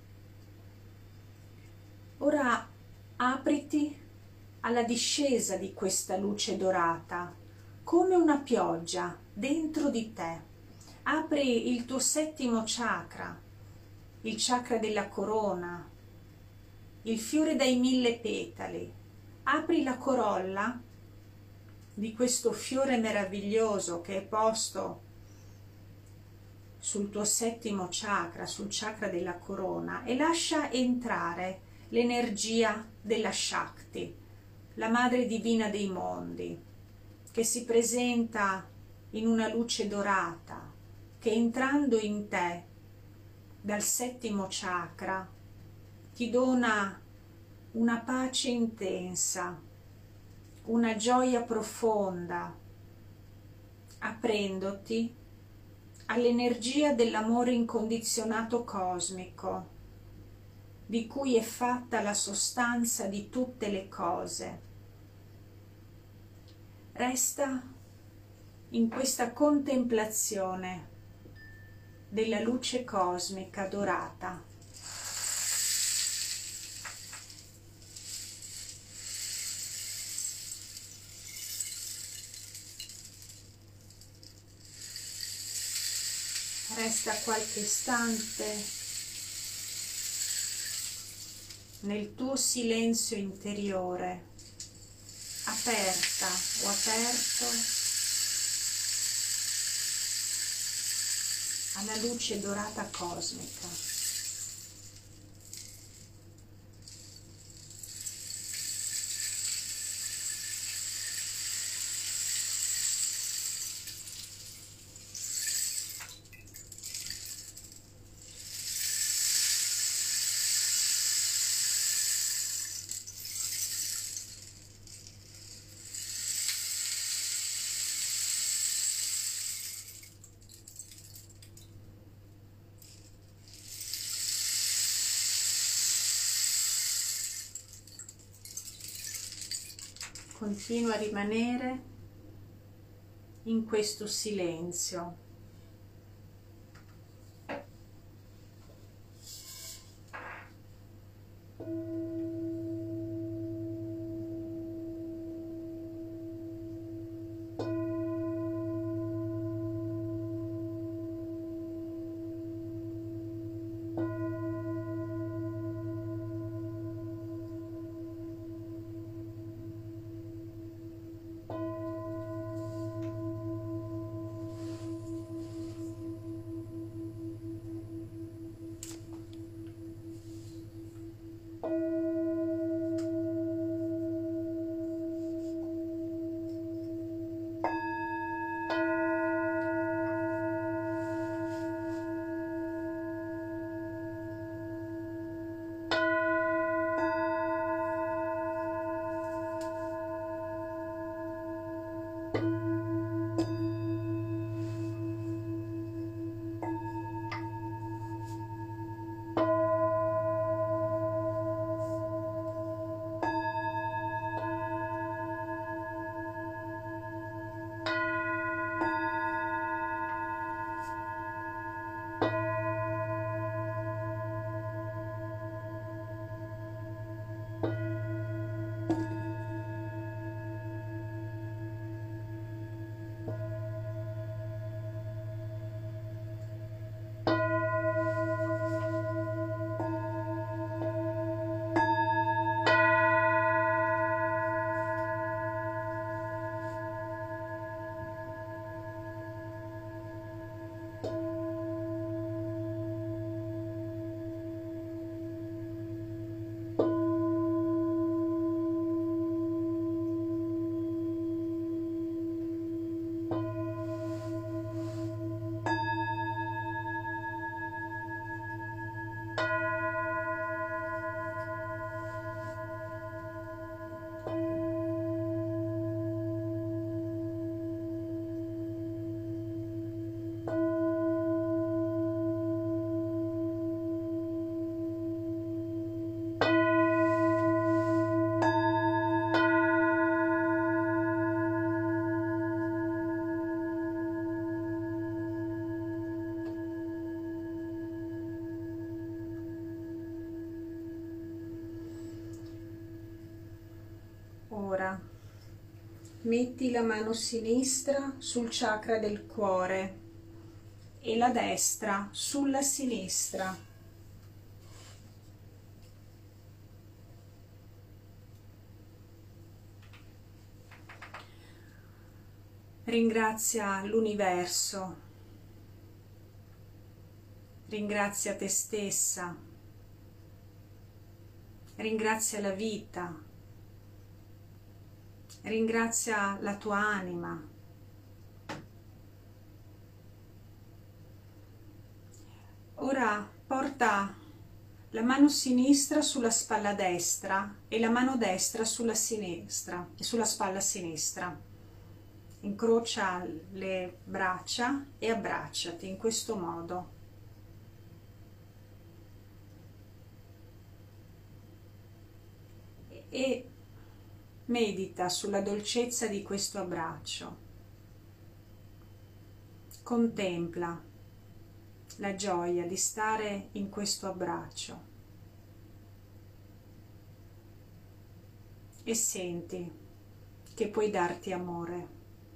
[SPEAKER 1] Ora apriti alla discesa di questa luce dorata come una pioggia dentro di te. Apri il tuo settimo chakra, il chakra della corona, il fiore dai mille petali. Apri la corolla di questo fiore meraviglioso che è posto sul tuo settimo chakra, sul chakra della corona, e lascia entrare l'energia della Shakti, la madre divina dei mondi, che si presenta in una luce dorata, che entrando in te dal settimo chakra ti dona una pace intensa, una gioia profonda, aprendoti all'energia dell'amore incondizionato cosmico, di cui è fatta la sostanza di tutte le cose. Resta in questa contemplazione della luce cosmica dorata. Resta qualche istante nel tuo silenzio interiore, aperta o aperto alla luce dorata cosmica. Continua a rimanere in questo silenzio. metti la mano sinistra sul chakra del cuore e la destra sulla sinistra. Ringrazia l'universo, ringrazia te stessa, ringrazia la vita, ringrazia la tua anima. Ora porta la mano sinistra sulla spalla destra e la mano destra sulla sinistra e sulla spalla sinistra. Incrocia le braccia e abbracciati in questo modo. E medita sulla dolcezza di questo abbraccio. Contempla la gioia di stare in questo abbraccio e senti che puoi darti amore.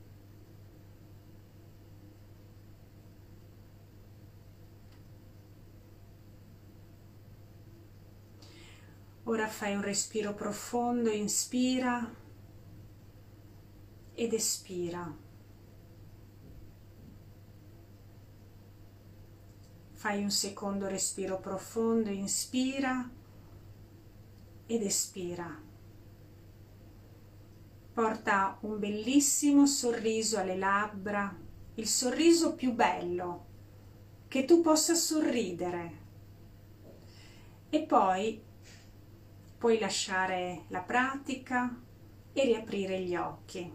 [SPEAKER 1] Ora fai un respiro profondo, inspira ed espira. Fai un secondo respiro profondo, inspira ed espira. Porta un bellissimo sorriso alle labbra, il sorriso più bello, che tu possa sorridere. E poi puoi lasciare la pratica e riaprire gli occhi.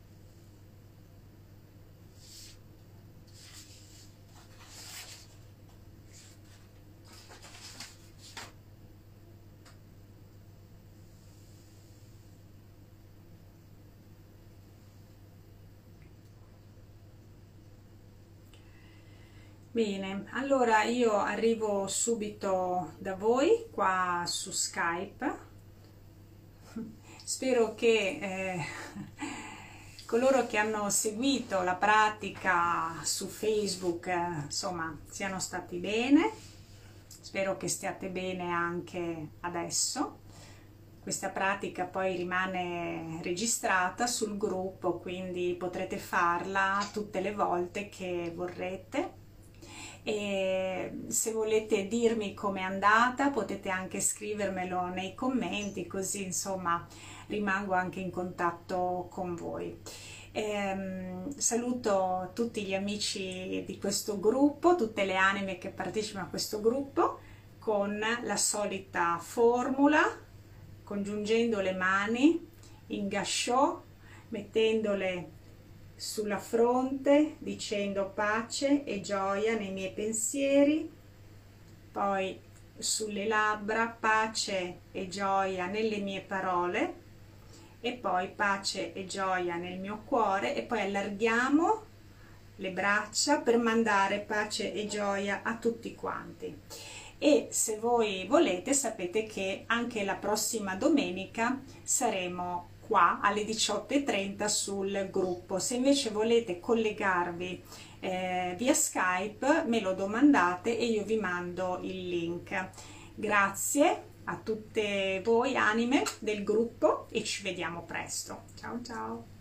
[SPEAKER 1] Bene, allora io arrivo subito da voi qua su Skype. Spero che eh, coloro che hanno seguito la pratica su Facebook, eh, insomma, siano stati bene. Spero che stiate bene anche adesso. Questa pratica poi rimane registrata sul gruppo, quindi potrete farla tutte le volte che vorrete. E se volete dirmi com'è andata potete anche scrivermelo nei commenti, così insomma rimango anche in contatto con voi. Ehm, saluto tutti gli amici di questo gruppo, tutte le anime che partecipano a questo gruppo, con la solita formula, congiungendo le mani in gashō, mettendole sulla fronte, dicendo pace e gioia nei miei pensieri, poi sulle labbra pace e gioia nelle mie parole, e poi pace e gioia nel mio cuore, e poi allarghiamo le braccia per mandare pace e gioia a tutti quanti. E se voi volete sapete che anche la prossima domenica saremo qua alle diciotto e trenta sul gruppo. Se invece volete collegarvi eh, via Skype me lo domandate e io vi mando il link. Grazie a tutte voi anime del gruppo e ci vediamo presto. Ciao ciao!